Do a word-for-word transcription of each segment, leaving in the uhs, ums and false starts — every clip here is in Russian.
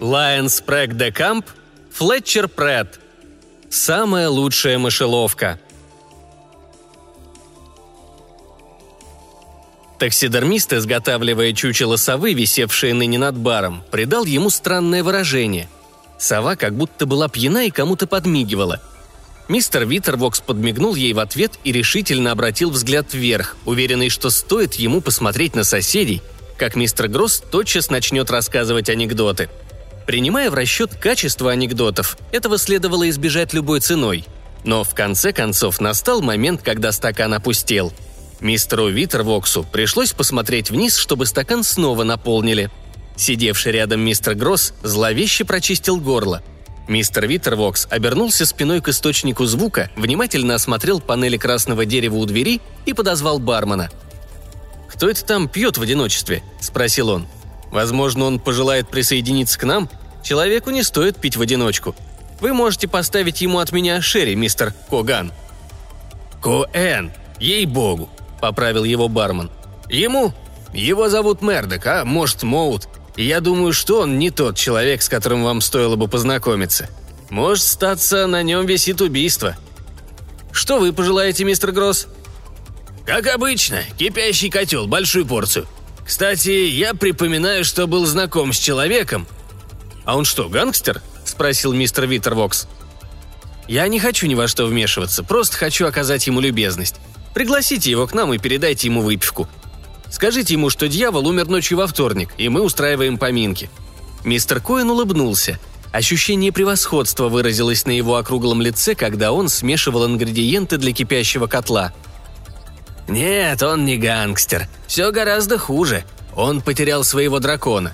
Лайон Спрэг де Камп, Флетчер Прэтт. Самая лучшая мышеловка. Таксидермист, изготавливая чучело совы, висевшее ныне над баром, придал ему странное выражение. Сова как будто была пьяна и кому-то подмигивала. Мистер Виттервокс подмигнул ей в ответ и решительно обратил взгляд вверх, уверенный, что стоит ему посмотреть на соседей, как мистер Гросс тотчас начнет рассказывать анекдоты. Принимая в расчет качество анекдотов, этого следовало избежать любой ценой. Но в конце концов настал момент, когда стакан опустел. Мистеру Виттервоксу пришлось посмотреть вниз, чтобы стакан снова наполнили. Сидевший рядом мистер Гросс зловеще прочистил горло. Мистер Виттервокс обернулся спиной к источнику звука, внимательно осмотрел панели красного дерева у двери и подозвал бармена. «Кто это там пьет в одиночестве?» – спросил он. «Возможно, он пожелает присоединиться к нам? Человеку не стоит пить в одиночку. Вы можете поставить ему от меня шерри, мистер Коган». «Коэн, ей-богу», – поправил его бармен. «Ему? Его зовут Мердок, а может, Моут. И я думаю, что он не тот человек, с которым вам стоило бы познакомиться. Может, статься, на нем висит убийство. Что вы пожелаете, мистер Гросс?» «Как обычно, кипящий котел, большую порцию. Кстати, я припоминаю, что был знаком с человеком». «А он что, гангстер?» – спросил мистер Виттервокс. «Я не хочу ни во что вмешиваться, просто хочу оказать ему любезность. Пригласите его к нам и передайте ему выпивку. Скажите ему, что дьявол умер ночью во вторник, и мы устраиваем поминки». Мистер Коэн улыбнулся. Ощущение превосходства выразилось на его округлом лице, когда он смешивал ингредиенты для кипящего котла. «Нет, он не гангстер. Все гораздо хуже. Он потерял своего дракона».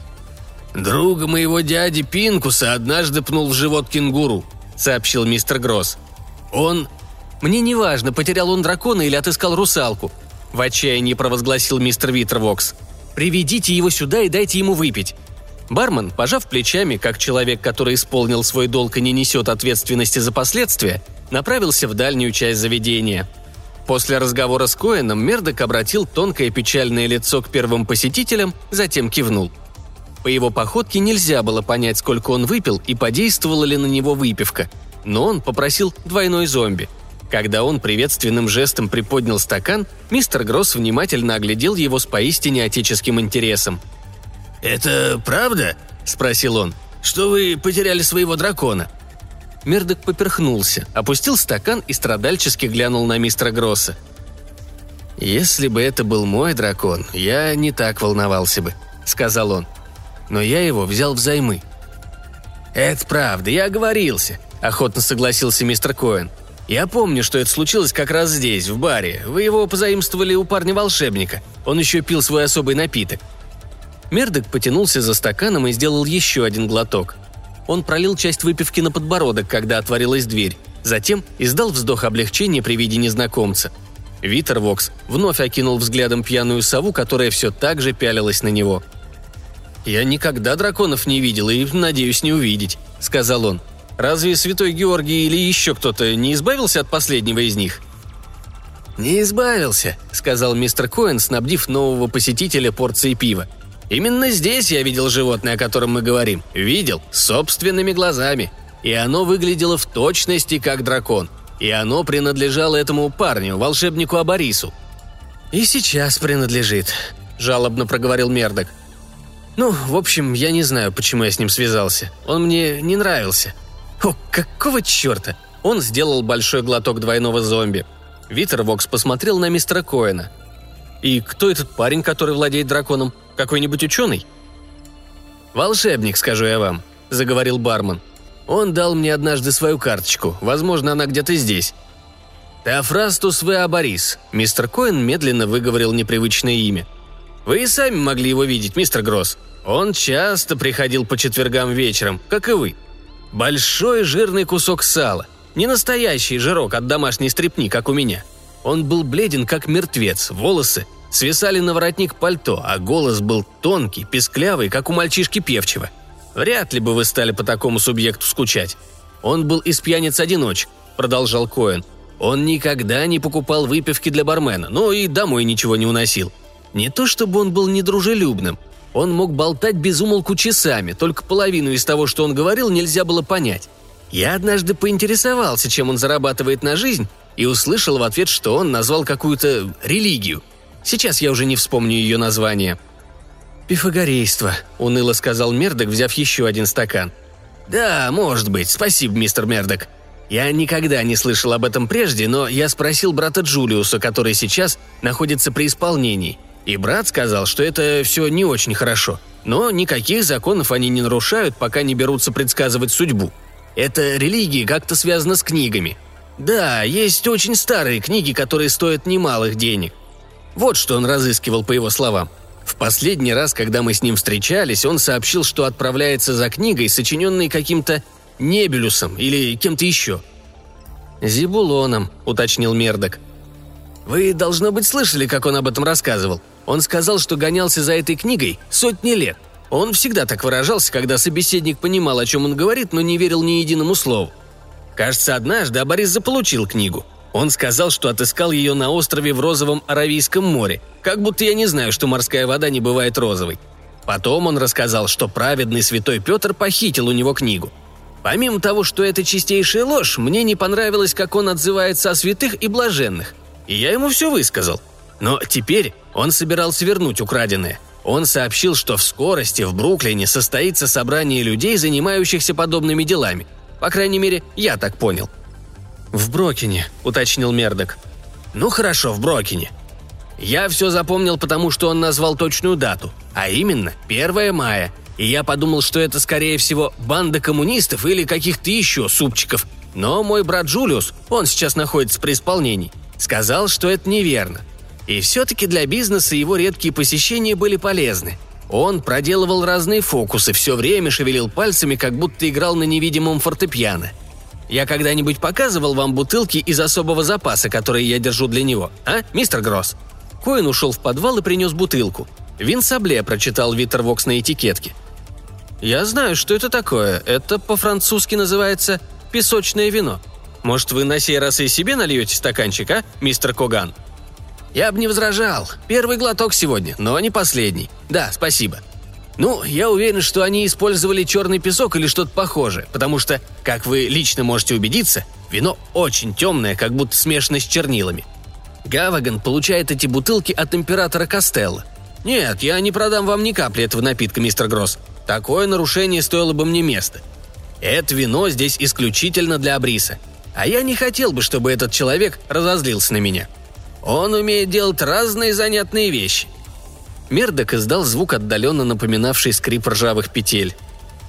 «Друга моего дяди Пинкуса однажды пнул в живот кенгуру», — сообщил мистер Гросс. «Он...» «Мне не важно, потерял он дракона или отыскал русалку», — в отчаянии провозгласил мистер Виттервокс. «Приведите его сюда и дайте ему выпить». Бармен, пожав плечами, как человек, который исполнил свой долг и не несет ответственности за последствия, направился в дальнюю часть заведения. После разговора с Коэном Мердок обратил тонкое печальное лицо к первым посетителям, затем кивнул. По его походке нельзя было понять, сколько он выпил и подействовала ли на него выпивка, но он попросил двойной зомби. Когда он приветственным жестом приподнял стакан, мистер Гросс внимательно оглядел его с поистине отеческим интересом. «Это правда?» – спросил он. «Что вы потеряли своего дракона?» Мердок поперхнулся, опустил стакан и страдальчески глянул на мистера Гросса. «Если бы это был мой дракон, я не так волновался бы», – сказал он. «Но я его взял взаймы». «Это правда, я оговорился», – охотно согласился мистер Коэн. «Я помню, что это случилось как раз здесь, в баре. Вы его позаимствовали у парня-волшебника. Он еще пил свой особый напиток». Мердок потянулся за стаканом и сделал еще один глоток. Он пролил часть выпивки на подбородок, когда отворилась дверь. Затем издал вздох облегчения при виде незнакомца. Виттервокс вновь окинул взглядом пьяную сову, которая все так же пялилась на него. «Я никогда драконов не видел и надеюсь не увидеть», — сказал он. «Разве святой Георгий или еще кто-то не избавился от последнего из них?» «Не избавился», — сказал мистер Коэн, снабдив нового посетителя порцией пива. «Именно здесь я видел животное, о котором мы говорим. Видел, собственными глазами. И оно выглядело в точности как дракон. И оно принадлежало этому парню, волшебнику Абарису». «И сейчас принадлежит», — жалобно проговорил Мердок. «Ну, в общем, я не знаю, почему я с ним связался. Он мне не нравился». «О, какого черта!» Он сделал большой глоток двойного зомби. Виттервокс посмотрел на мистера Коэна. «И кто этот парень, который владеет драконом? Какой-нибудь ученый?» «Волшебник, скажу я вам», — заговорил бармен. «Он дал мне однажды свою карточку. Возможно, она где-то здесь». «Теофрастус Веабарис», — мистер Коэн медленно выговорил непривычное имя. «Вы и сами могли его видеть, мистер Гросс. Он часто приходил по четвергам вечером, как и вы. Большой жирный кусок сала. Не настоящий жирок от домашней стрепни, как у меня. Он был бледен, как мертвец, волосы свисали на воротник пальто, а голос был тонкий, песклявый, как у мальчишки певчего. Вряд ли бы вы стали по такому субъекту скучать. Он был из пьяниц-одиночек», — продолжал Коэн. «Он никогда не покупал выпивки для бармена, но и домой ничего не уносил. Не то чтобы он был недружелюбным. Он мог болтать без умолку часами, только половину из того, что он говорил, нельзя было понять. Я однажды поинтересовался, чем он зарабатывает на жизнь, и услышал в ответ, что он назвал какую-то религию. Сейчас я уже не вспомню ее название. «Пифагорейство», — уныло сказал Мердок, взяв еще один стакан. «Да, может быть. Спасибо, мистер Мердок. Я никогда не слышал об этом прежде, но я спросил брата Джулиуса, который сейчас находится при исполнении. И брат сказал, что это все не очень хорошо. Но никаких законов они не нарушают, пока не берутся предсказывать судьбу. Эта религия как-то связана с книгами. Да, есть очень старые книги, которые стоят немалых денег. Вот что он разыскивал, по его словам. В последний раз, когда мы с ним встречались, он сообщил, что отправляется за книгой, сочиненной каким-то Небелюсом или кем-то еще. «Зебулоном», — уточнил Мердок. «Вы, должно быть, слышали, как он об этом рассказывал. Он сказал, что гонялся за этой книгой сотни лет. Он всегда так выражался, когда собеседник понимал, о чем он говорит, но не верил ни единому слову. Кажется, однажды Абарис заполучил книгу. Он сказал, что отыскал ее на острове в Розовом Аравийском море, как будто я не знаю, что морская вода не бывает розовой. Потом он рассказал, что праведный святой Петр похитил у него книгу. Помимо того, что это чистейшая ложь, мне не понравилось, как он отзывается о святых и блаженных. И я ему все высказал. Но теперь он собирался вернуть украденное. Он сообщил, что в скорости в Бруклине состоится собрание людей, занимающихся подобными делами. По крайней мере, я так понял». «В Брокине», — уточнил Мердок. «Ну хорошо, в Брокине. Я все запомнил, потому что он назвал точную дату, а именно первое мая. И я подумал, что это, скорее всего, банда коммунистов или каких-то еще супчиков. Но мой брат Джулиус, он сейчас находится при исполнении, сказал, что это неверно. И все-таки для бизнеса его редкие посещения были полезны. Он проделывал разные фокусы, все время шевелил пальцами, как будто играл на невидимом фортепиано. Я когда-нибудь показывал вам бутылки из особого запаса, которые я держу для него, а, мистер Гросс?» Коэн ушел в подвал и принес бутылку. «Вин Сабле», прочитал Витер Вокс на этикетке. «Я знаю, что это такое. Это по-французски называется песочное вино. Может, вы на сей раз и себе нальете стаканчик, а, мистер Коган?» «Я бы не возражал. Первый глоток сегодня, но не последний. Да, спасибо. Ну, я уверен, что они использовали черный песок или что-то похожее, потому что, как вы лично можете убедиться, вино очень темное, как будто смешано с чернилами. Гаваган получает эти бутылки от императора Костелло. Нет, я не продам вам ни капли этого напитка, мистер Гросс. Такое нарушение стоило бы мне места. Это вино здесь исключительно для Абриса. А я не хотел бы, чтобы этот человек разозлился на меня. Он умеет делать разные занятные вещи». Мердок издал звук, отдаленно напоминавший скрип ржавых петель.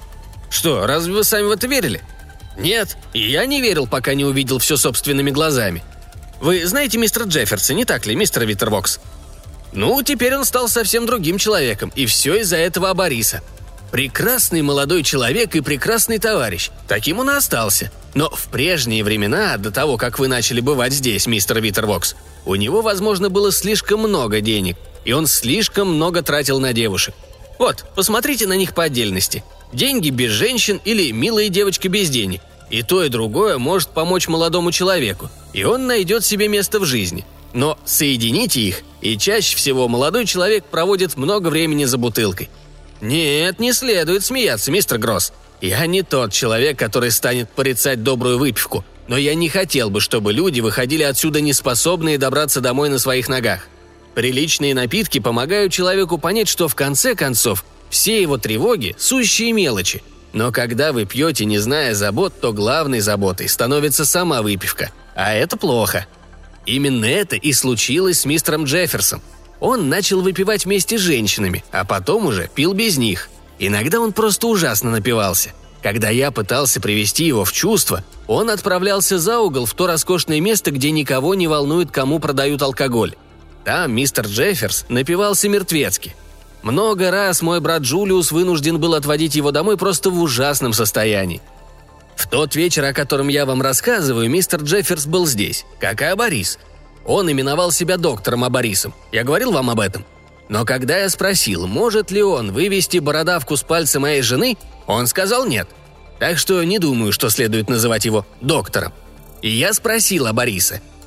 «Что, разве вы сами в это верили?» «Нет, и я не верил, пока не увидел все собственными глазами. Вы знаете мистера Джефферса, не так ли, мистер Виттервокс? Ну, теперь он стал совсем другим человеком, и все из-за этого Абариса. Прекрасный молодой человек и прекрасный товарищ. Таким он и остался. Но в прежние времена, до того, как вы начали бывать здесь, мистер Виттервокс, у него, возможно, было слишком много денег, и он слишком много тратил на девушек. Вот, посмотрите на них по отдельности. Деньги без женщин или милые девочки без денег. И то, и другое может помочь молодому человеку, и он найдет себе место в жизни. Но соедините их, и чаще всего молодой человек проводит много времени за бутылкой. Нет, не следует смеяться, мистер Гросс. Я не тот человек, который станет порицать добрую выпивку, но я не хотел бы, чтобы люди выходили отсюда неспособные добраться домой на своих ногах. Приличные напитки помогают человеку понять, что в конце концов все его тревоги – сущие мелочи. Но когда вы пьете, не зная забот, то главной заботой становится сама выпивка. А это плохо. Именно это и случилось с мистером Джефферсом. Он начал выпивать вместе с женщинами, а потом уже пил без них. Иногда он просто ужасно напивался. Когда я пытался привести его в чувство, он отправлялся за угол в то роскошное место, где никого не волнует, кому продают алкоголь. Там мистер Джефферс напивался мертвецки. Много раз мой брат Джулиус вынужден был отводить его домой просто в ужасном состоянии. В тот вечер, о котором я вам рассказываю, мистер Джефферс был здесь, как и Абарис. Он именовал себя доктором Абарисом. Я говорил вам об этом? Но когда я спросил, может ли он вывести бородавку с пальца моей жены, он сказал нет. Так что не думаю, что следует называть его доктором. И я спросил Абариса,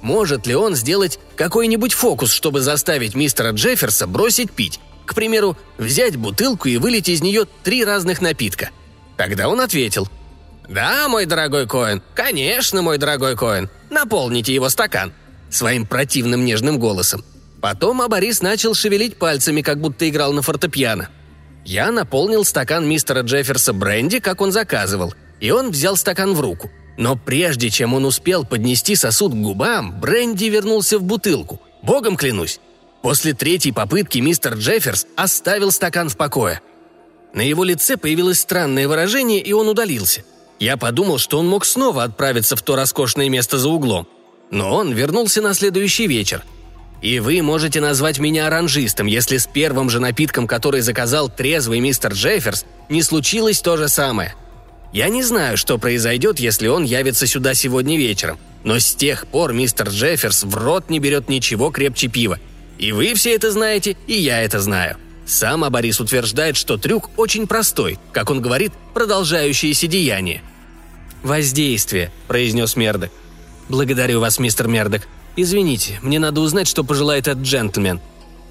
может ли он сделать какой-нибудь фокус, чтобы заставить мистера Джефферса бросить пить. К примеру, взять бутылку и вылить из нее три разных напитка. Тогда он ответил: «Да, мой дорогой Коэн, конечно, мой дорогой Коэн, наполните его стакан», своим противным нежным голосом. Потом Абарис начал шевелить пальцами, как будто играл на фортепиано. Я наполнил стакан мистера Джефферса бренди, как он заказывал, и он взял стакан в руку. Но прежде чем он успел поднести сосуд к губам, бренди вернулся в бутылку. Богом клянусь. После третьей попытки мистер Джефферс оставил стакан в покое. На его лице появилось странное выражение, и он удалился. Я подумал, что он мог снова отправиться в то роскошное место за углом. Но он вернулся на следующий вечер. И вы можете назвать меня оранжистом, если с первым же напитком, который заказал трезвый мистер Джефферс, не случилось то же самое. Я не знаю, что произойдет, если он явится сюда сегодня вечером, но с тех пор мистер Джефферс в рот не берет ничего крепче пива. И вы все это знаете, и я это знаю. Сам Абарис утверждает, что трюк очень простой, как он говорит, продолжающееся деяние. «Воздействие», – произнес Мердок. «Благодарю вас, мистер Мердок. Извините, мне надо узнать, что пожелает этот джентльмен».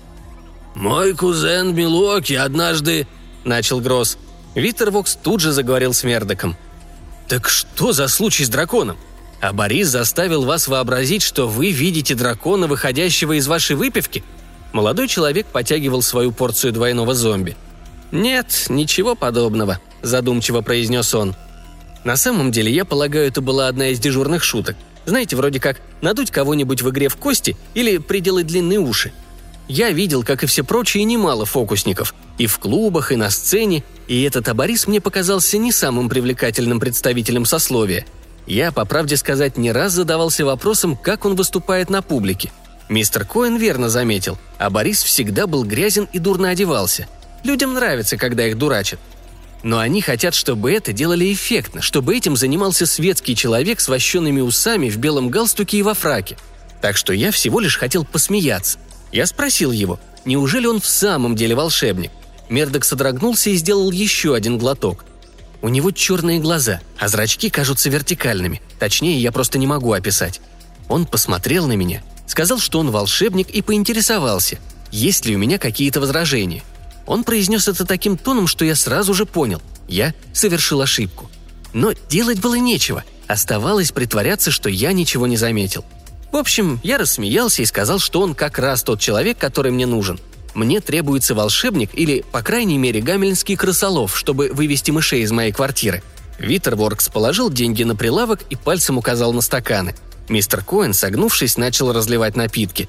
«Мой кузен Милуоки однажды...» – начал Гросс. Виттервокс тут же заговорил с Мердоком. «Так что за случай с драконом? А Борис заставил вас вообразить, что вы видите дракона, выходящего из вашей выпивки?» Молодой человек потягивал свою порцию двойного зомби. «Нет, ничего подобного», – задумчиво произнес он. «На самом деле, я полагаю, это была одна из дежурных шуток. Знаете, вроде как надуть кого-нибудь в игре в кости или приделать длинные уши. Я видел, как и все прочие, немало фокусников. И в клубах, и на сцене, и этот Абарис мне показался не самым привлекательным представителем сословия. Я, по правде сказать, не раз задавался вопросом, как он выступает на публике. Мистер Коэн верно заметил, Абарис всегда был грязен и дурно одевался. Людям нравится, когда их дурачат. Но они хотят, чтобы это делали эффектно, чтобы этим занимался светский человек с вощеными усами, в белом галстуке и во фраке. Так что я всего лишь хотел посмеяться. Я спросил его, неужели он в самом деле волшебник? Мердок содрогнулся и сделал еще один глоток. У него черные глаза, а зрачки кажутся вертикальными. Точнее, я просто не могу описать. Он посмотрел на меня, сказал, что он волшебник, и поинтересовался, есть ли у меня какие-то возражения. Он произнес это таким тоном, что я сразу же понял. Я совершил ошибку. Но делать было нечего. Оставалось притворяться, что я ничего не заметил. В общем, я рассмеялся и сказал, что он как раз тот человек, который мне нужен. Мне требуется волшебник или, по крайней мере, гамельнский крысолов, чтобы вывести мышей из моей квартиры. Виттерворкс положил деньги на прилавок и пальцем указал на стаканы. Мистер Коэн, согнувшись, начал разливать напитки.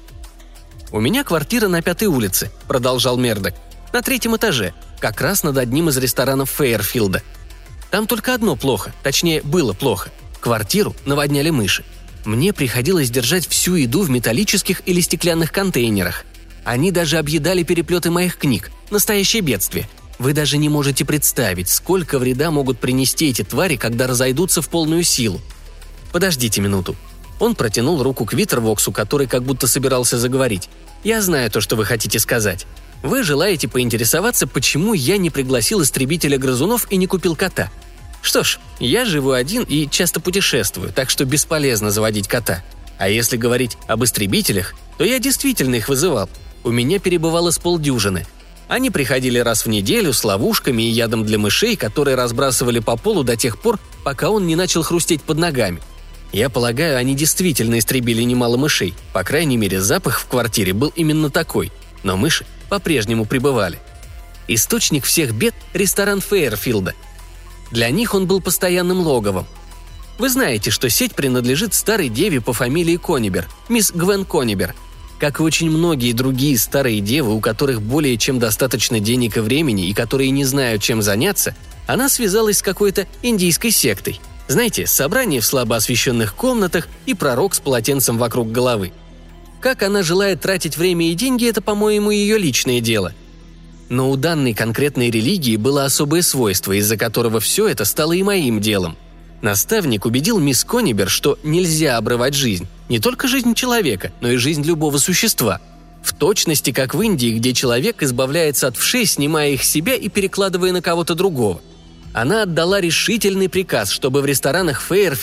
«У меня квартира на Пятой улице», – продолжал Мердок. «На третьем этаже, как раз над одним из ресторанов Фейерфилда. Там только одно плохо, точнее, было плохо. Квартиру наводняли мыши. Мне приходилось держать всю еду в металлических или стеклянных контейнерах. Они даже объедали переплеты моих книг. Настоящее бедствие. Вы даже не можете представить, сколько вреда могут принести эти твари, когда разойдутся в полную силу. Подождите минуту». Он протянул руку к Виттервоксу, который как будто собирался заговорить. «Я знаю то, что вы хотите сказать. Вы желаете поинтересоваться, почему я не пригласил истребителя грызунов и не купил кота. Что ж, я живу один и часто путешествую, так что бесполезно заводить кота. А если говорить об истребителях, то я действительно их вызывал. У меня перебывало с полдюжины. Они приходили раз в неделю с ловушками и ядом для мышей, которые разбрасывали по полу до тех пор, пока он не начал хрустеть под ногами. Я полагаю, они действительно истребили немало мышей. По крайней мере, запах в квартире был именно такой. Но мыши по-прежнему пребывали. Источник всех бед – ресторан Фейерфилда. Для них он был постоянным логовом. Вы знаете, что сеть принадлежит старой деве по фамилии Конибер, мисс Гвен Конибер. Как и очень многие другие старые девы, у которых более чем достаточно денег и времени, и которые не знают, чем заняться, она связалась с какой-то индийской сектой. Знаете, собрание в слабо освещенных комнатах и пророк с полотенцем вокруг головы. Как она желает тратить время и деньги, это, по-моему, ее личное дело. Но у данной конкретной религии было особое свойство, из-за которого все это стало и моим делом. Наставник убедил мисс Конибер, что нельзя обрывать жизнь, не только жизнь человека, но и жизнь любого существа. В точности, как в Индии, где человек избавляется от вшей, снимая их с себя и перекладывая на кого-то другого. Она отдала решительный приказ, чтобы в ресторанах Фейерфилда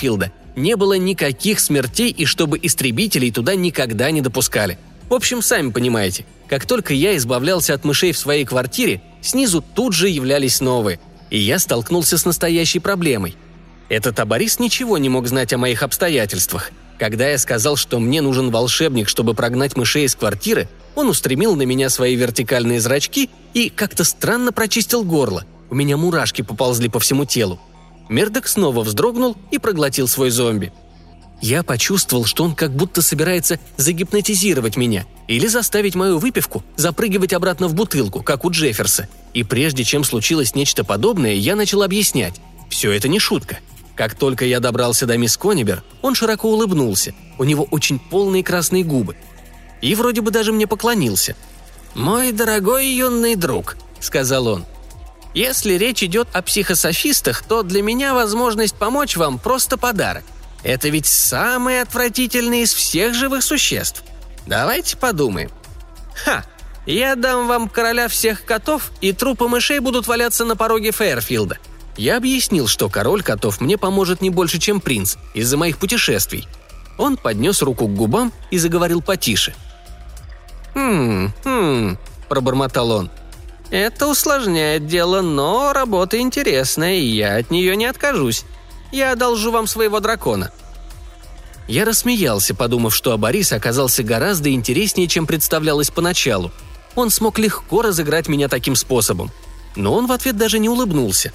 не было никаких смертей и чтобы истребителей туда никогда не допускали. В общем, сами понимаете, как только я избавлялся от мышей в своей квартире, снизу тут же являлись новые, и я столкнулся с настоящей проблемой. Этот Абарис ничего не мог знать о моих обстоятельствах. Когда я сказал, что мне нужен волшебник, чтобы прогнать мышей из квартиры, он устремил на меня свои вертикальные зрачки и как-то странно прочистил горло. У меня мурашки поползли по всему телу. Мердок снова вздрогнул и проглотил свой зомби. Я почувствовал, что он как будто собирается загипнотизировать меня или заставить мою выпивку запрыгивать обратно в бутылку, как у Джефферса. И прежде чем случилось нечто подобное, я начал объяснять. Все это не шутка. Как только я добрался до мисс Конибер, он широко улыбнулся. У него очень полные красные губы. И вроде бы даже мне поклонился. «Мой дорогой юный друг», — сказал он, — «если речь идет о психософистах, то для меня возможность помочь вам просто подарок. Это ведь самый отвратительный из всех живых существ. Давайте подумаем. Ха! Я дам вам короля всех котов, и трупы мышей будут валяться на пороге Фейерфилда». Я объяснил, что король котов мне поможет не больше, чем принц, из-за моих путешествий. Он поднес руку к губам и заговорил потише. «Хм, хм», – пробормотал он. «Это усложняет дело, но работа интересная, и я от нее не откажусь. Я одолжу вам своего дракона». Я рассмеялся, подумав, что Абарис оказался гораздо интереснее, чем представлялось поначалу. Он смог легко разыграть меня таким способом. Но он в ответ даже не улыбнулся.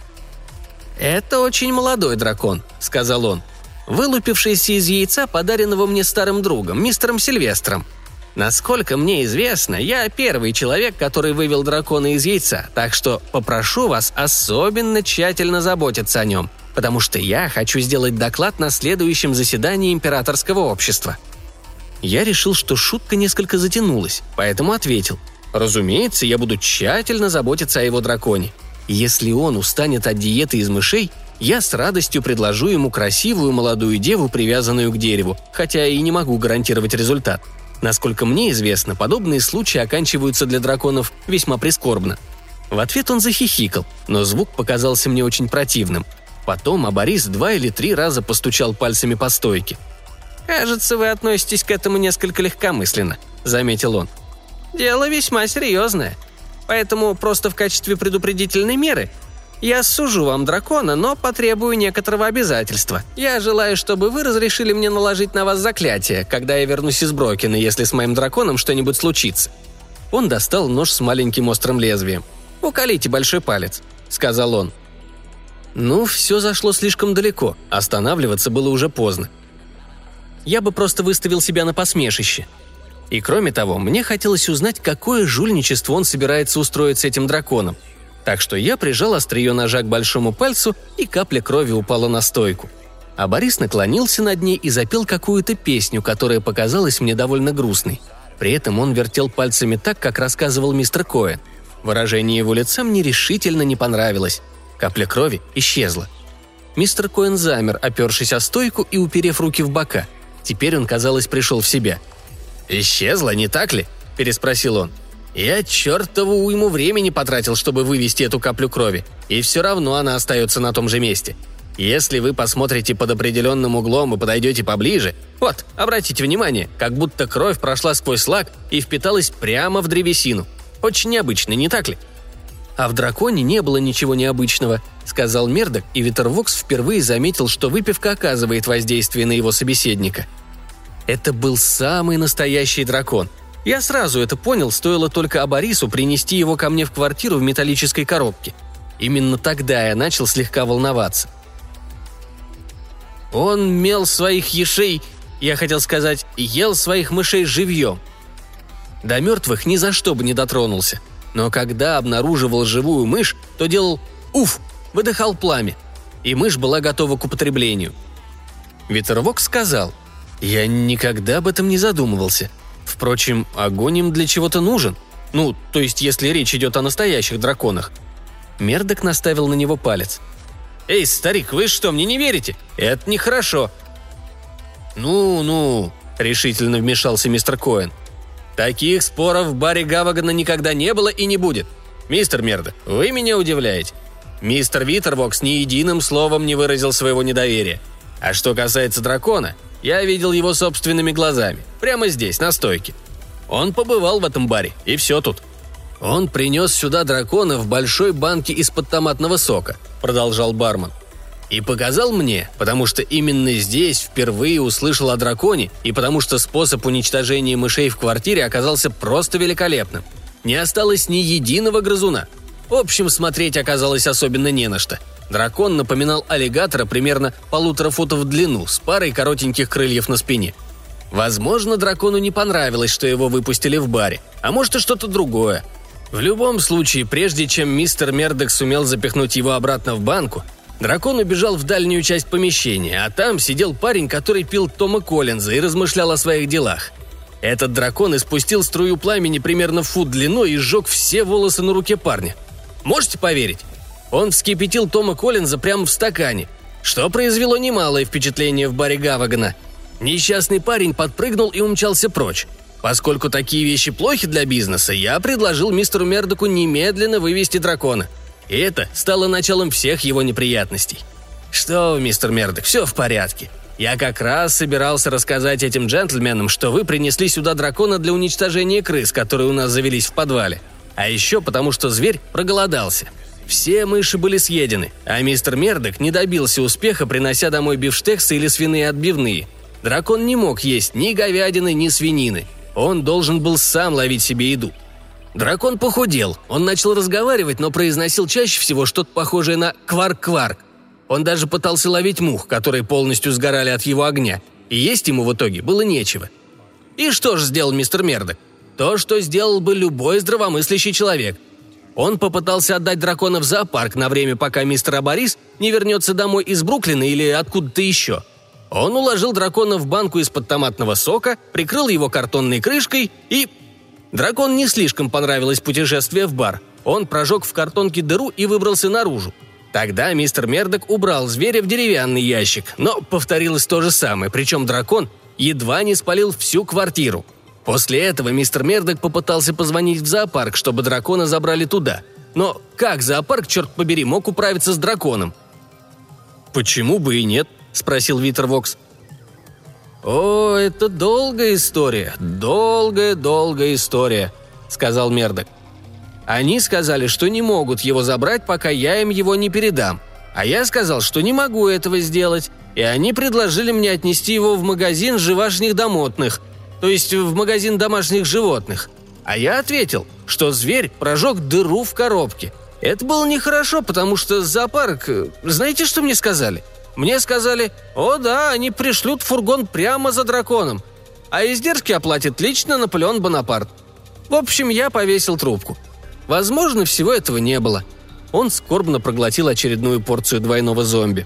«Это очень молодой дракон», — сказал он, «вылупившийся из яйца, подаренного мне старым другом, мистером Сильвестром. Насколько мне известно, я первый человек, который вывел дракона из яйца, так что попрошу вас особенно тщательно заботиться о нем, потому что я хочу сделать доклад на следующем заседании императорского общества». Я решил, что шутка несколько затянулась, поэтому ответил. «Разумеется, я буду тщательно заботиться о его драконе. Если он устанет от диеты из мышей, я с радостью предложу ему красивую молодую деву, привязанную к дереву, хотя и не могу гарантировать результат. Насколько мне известно, подобные случаи оканчиваются для драконов весьма прискорбно». В ответ он захихикал, но звук показался мне очень противным. Потом Абарис два или три раза постучал пальцами по стойке. «Кажется, вы относитесь к этому несколько легкомысленно», — заметил он. «Дело весьма серьезное. Поэтому просто в качестве предупредительной меры я сужу вам дракона, но потребую некоторого обязательства. Я желаю, чтобы вы разрешили мне наложить на вас заклятие, когда я вернусь из Брокена, если с моим драконом что-нибудь случится». Он достал нож с маленьким острым лезвием. «Уколите большой палец», — сказал он. Ну, все зашло слишком далеко, останавливаться было уже поздно. Я бы просто выставил себя на посмешище. И кроме того, мне хотелось узнать, какое жульничество он собирается устроить с этим драконом. Так что я прижал острие ножа к большому пальцу, и капля крови упала на стойку. А Борис наклонился над ней и запел какую-то песню, которая показалась мне довольно грустной. При этом он вертел пальцами так, как рассказывал мистер Коэн. Выражение его лица мне решительно не понравилось. Капля крови исчезла. Мистер Коэн замер, опершись о стойку и уперев руки в бока. Теперь он, казалось, пришел в себя. «Исчезла, не так ли?» – переспросил он. «Я чертову уйму времени потратил, чтобы вывести эту каплю крови, и все равно она остается на том же месте. Если вы посмотрите под определенным углом и подойдете поближе, вот, обратите внимание, как будто кровь прошла сквозь лак и впиталась прямо в древесину. Очень необычно, не так ли?» «А в драконе не было ничего необычного», — сказал Мердок, и Витервокс впервые заметил, что выпивка оказывает воздействие на его собеседника. Это был самый настоящий дракон. Я сразу это понял, стоило только Абарису принести его ко мне в квартиру в металлической коробке. Именно тогда я начал слегка волноваться. Он мел своих ешей, я хотел сказать, ел своих мышей живьем. До мертвых ни за что бы не дотронулся. Но когда обнаруживал живую мышь, то делал «уф», выдыхал пламя. И мышь была готова к употреблению. Витервокс сказал: «Я никогда об этом не задумывался. Впрочем, огонь им для чего-то нужен. Ну, то есть, если речь идет о настоящих драконах». Мердок наставил на него палец. «Эй, старик, вы что, мне не верите? Это нехорошо». «Ну-ну», — решительно вмешался мистер Коэн. «Таких споров в баре Гавагана никогда не было и не будет. Мистер Мердок, вы меня удивляете. Мистер Витервокс ни единым словом не выразил своего недоверия. А что касается дракона, я видел его собственными глазами, прямо здесь, на стойке. Он побывал в этом баре, и все тут. Он принес сюда дракона в большой банке из-под томатного сока, продолжал бармен. И показал мне, потому что именно здесь впервые услышал о драконе и потому что способ уничтожения мышей в квартире оказался просто великолепным. Не осталось ни единого грызуна. В общем, смотреть оказалось особенно не на что. Дракон напоминал аллигатора примерно полутора футов в длину, с парой коротеньких крыльев на спине. Возможно, дракону не понравилось, что его выпустили в баре, а может и что-то другое. В любом случае, прежде чем мистер Мердок сумел запихнуть его обратно в банку, дракон убежал в дальнюю часть помещения, а там сидел парень, который пил Тома Коллинза и размышлял о своих делах. Этот дракон испустил струю пламени примерно в фут длиной и сжег все волосы на руке парня. Можете поверить? Он вскипятил Тома Коллинза прямо в стакане, что произвело немалое впечатление в баре Гавагана. Несчастный парень подпрыгнул и умчался прочь. Поскольку такие вещи плохи для бизнеса, я предложил мистеру Мердоку немедленно вывести дракона. И это стало началом всех его неприятностей. Что вы, мистер Мердок, все в порядке. Я как раз собирался рассказать этим джентльменам, что вы принесли сюда дракона для уничтожения крыс, которые у нас завелись в подвале. А еще потому, что зверь проголодался. Все мыши были съедены, а мистер Мердок не добился успеха, принося домой бифштексы или свиные отбивные. Дракон не мог есть ни говядины, ни свинины. Он должен был сам ловить себе еду. Дракон похудел, он начал разговаривать, но произносил чаще всего что-то похожее на «кварк-кварк». Он даже пытался ловить мух, которые полностью сгорали от его огня, и есть ему в итоге было нечего. И что же сделал мистер Мердок? То, что сделал бы любой здравомыслящий человек. Он попытался отдать дракона в зоопарк на время, пока мистер Абарис не вернется домой из Бруклина или откуда-то еще. Он уложил дракона в банку из-под томатного сока, прикрыл его картонной крышкой и... Дракону не слишком понравилось путешествие в бар. Он прожег в картонке дыру и выбрался наружу. Тогда мистер Мердок убрал зверя в деревянный ящик, но повторилось то же самое, причем дракон едва не спалил всю квартиру. После этого мистер Мердок попытался позвонить в зоопарк, чтобы дракона забрали туда. Но как зоопарк, черт побери, мог управиться с драконом? «Почему бы и нет?» – спросил Витервокс. «О, это долгая история, долгая-долгая история», – сказал Мердок. «Они сказали, что не могут его забрать, пока я им его не передам. А я сказал, что не могу этого сделать, и они предложили мне отнести его в магазин живашних домотных, то есть в магазин домашних животных. А я ответил, что зверь прожег дыру в коробке. Это было нехорошо, потому что зоопарк... Знаете, что мне сказали? Мне сказали, о да, они пришлют фургон прямо за драконом, а издержки оплатит лично Наполеон Бонапарт. В общем, я повесил трубку. Возможно, всего этого не было». Он скорбно проглотил очередную порцию двойного зомби.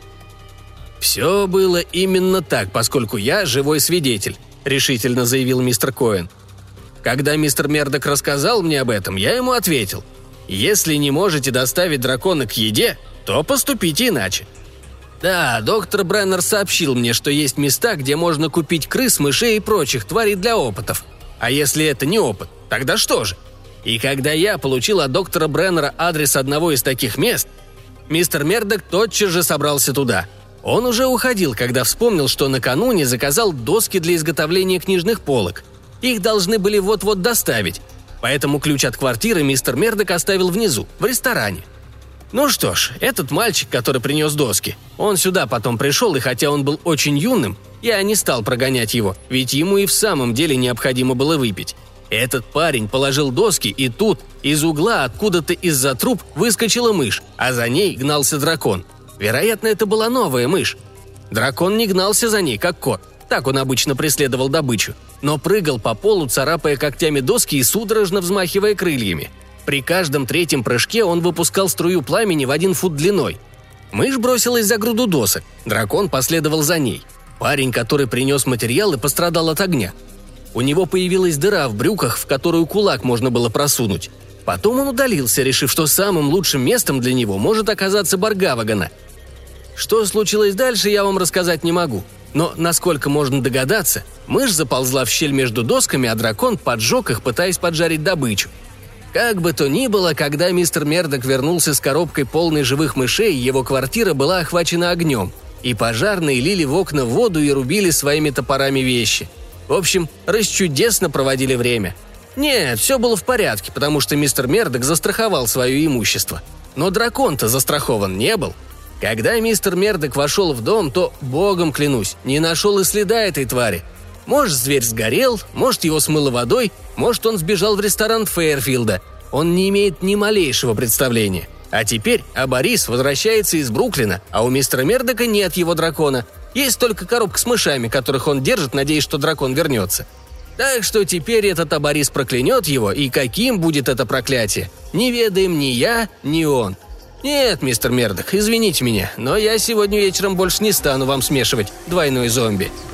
«Все было именно так, поскольку я живой свидетель», – решительно заявил мистер Коэн. «Когда мистер Мердок рассказал мне об этом, я ему ответил, если не можете доставить дракона к еде, то поступите иначе. Да, доктор Бреннер сообщил мне, что есть места, где можно купить крыс, мышей и прочих тварей для опытов. А если это не опыт, тогда что же? И когда я получил от доктора Бреннера адрес одного из таких мест, мистер Мердок тотчас же собрался туда. Он уже уходил, когда вспомнил, что накануне заказал доски для изготовления книжных полок. Их должны были вот-вот доставить. Поэтому ключ от квартиры мистер Мердок оставил внизу, в ресторане. Ну что ж, этот мальчик, который принес доски, он сюда потом пришел, и хотя он был очень юным, я не стал прогонять его, ведь ему и в самом деле необходимо было выпить. Этот парень положил доски, и тут из угла откуда-то из-за труб выскочила мышь, а за ней гнался дракон. Вероятно, это была новая мышь. Дракон не гнался за ней, как кот. Так он обычно преследовал добычу, но прыгал по полу, царапая когтями доски и судорожно взмахивая крыльями. При каждом третьем прыжке он выпускал струю пламени в один фут длиной. Мышь бросилась за груду досок, дракон последовал за ней. Парень, который принес материалы, пострадал от огня. У него появилась дыра в брюках, в которую кулак можно было просунуть. Потом он удалился, решив, что самым лучшим местом для него может оказаться бар Гавагана. Что случилось дальше, я вам рассказать не могу. Но, насколько можно догадаться, мышь заползла в щель между досками, а дракон поджег их, пытаясь поджарить добычу. Как бы то ни было, когда мистер Мердок вернулся с коробкой полной живых мышей, его квартира была охвачена огнем. и пожарные лили в окна воду и рубили своими топорами вещи. В общем, расчудесно проводили время. Нет, все было в порядке, потому что мистер Мердок застраховал свое имущество. Но дракон-то застрахован не был. Когда мистер Мердок вошел в дом, то, богом клянусь, не нашел и следа этой твари. Может, зверь сгорел, может, его смыло водой, может, он сбежал в ресторан Фейерфилда. Он не имеет ни малейшего представления. А теперь Абарис возвращается из Бруклина, а у мистера Мердока нет его дракона. Есть только коробка с мышами, которых он держит, надеясь, что дракон вернется. Так что теперь этот Абарис проклянет его, и каким будет это проклятие, не ведаем ни я, ни он. Нет, мистер Мердок, извините меня, но я сегодня вечером больше не стану вам смешивать двойной зомби.